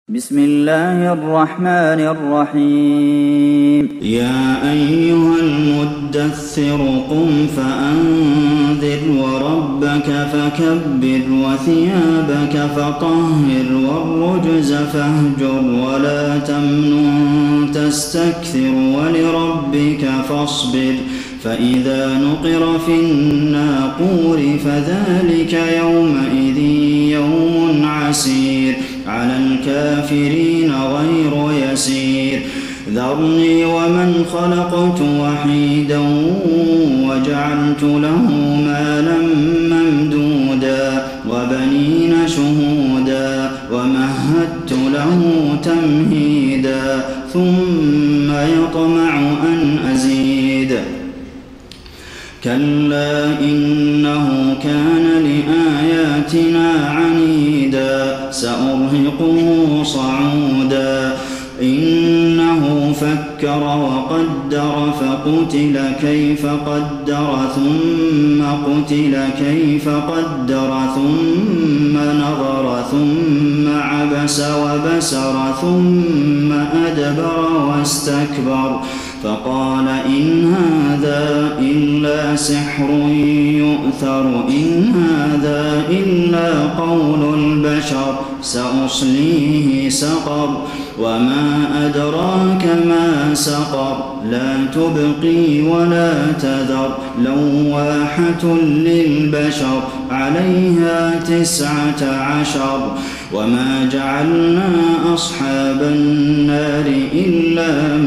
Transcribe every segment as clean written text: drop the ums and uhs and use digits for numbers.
بسم الله الرحمن الرحيم يا أيها المدثر قم فأنذر وربك فكبر وثيابك فطهر والرجز فاهجر ولا تمنن تستكثر ولربك فاصبر فإذا نقر في الناقور فذلك يومئذ يوم عسير على الكافرين غير يسير ذرني ومن خلقت وحيدا وجعلت له مالا ممدودا وبنين شهودا ومهدت له تمهيدا ثم يطمع أن أزيد كلا إنه كان لآياتنا عنيدا سأرهقه صعودا إنه فكر وقدر فقتل كيف قدر ثم قتل كيف قدر ثم نظر ثم عبس وبسر ثم أدبر واستكبر فقال إن هذا إلا سحر يؤثر إن هذا إلا قول البشر سأصليه سقر وما أدراك ما سقر لا تبقي ولا تذر لواحة للبشر عليها 19 وما جعلنا أصحاب النار إلا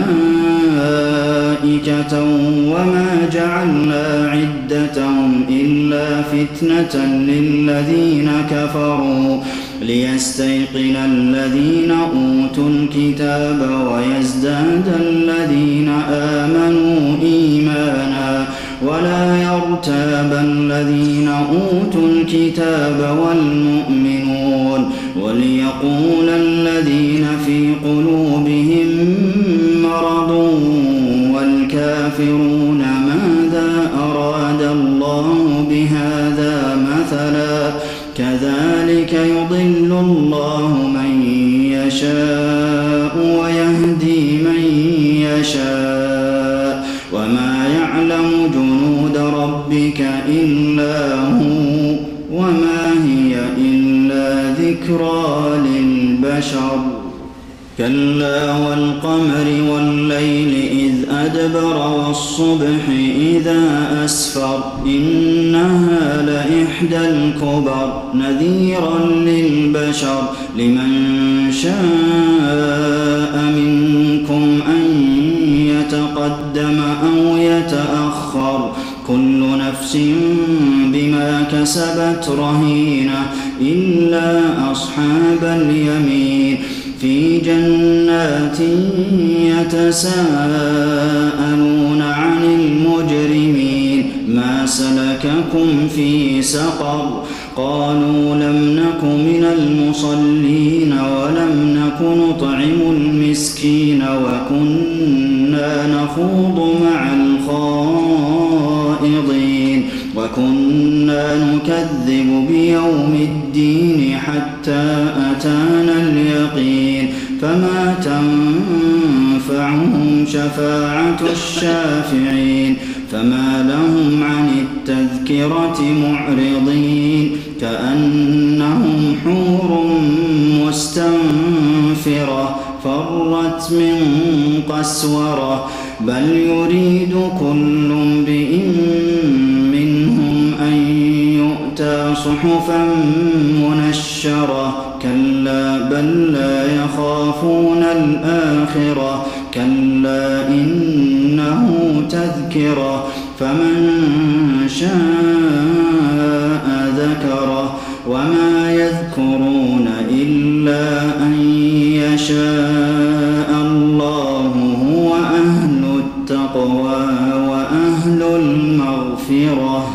ملائكة وما جعلنا عدتهم إلا فتنة للذين كفروا ليستيقن الذين أوتوا الكتاب ويزداد الذين آمنوا إيمانا ولا يرتاب الذين أوتوا الكتاب والمؤمنون وليقول الذين في قلوبهم مرض والكافرون ماذا أراد الله بهذا مثلا كذلك يضل الله من يشاء ويهدي من يشاء وما يعلم جنود ربك إلا هو وما هي إلا ذكرى للبشر كلا والقمر والليل إذ أدبر والصبح إذا أسفر إنها لإحدى الكبر نذيرا للبشر لمن شاء منكم أن يتقدم أو يتأخر كل نفس بما كسبت رهينة إلا أصحاب اليمين في جنات يتساءلون عن المجرمين ما سلككم في سقر قالوا لم نك من المصلين ولم نك نطعم المسكين وكنا نخوض مع الخائضين وكنا نكذب بيوم الدين حتى أتانا اليقين فما تنفعهم شفاعة الشافعين فما لهم عن التذكرة معرضين كأنهم حور مستنفرة فرت من قسورة بل يريد كل امرئ منهم أن يؤتى صحفا منشرة كلا بل لا يخافون الآخرة كلا إنه تذكرة فمن شاء ذكره وما يذكرون إلا أن يشاء الله هو أهل التقوى وأهل المغفرة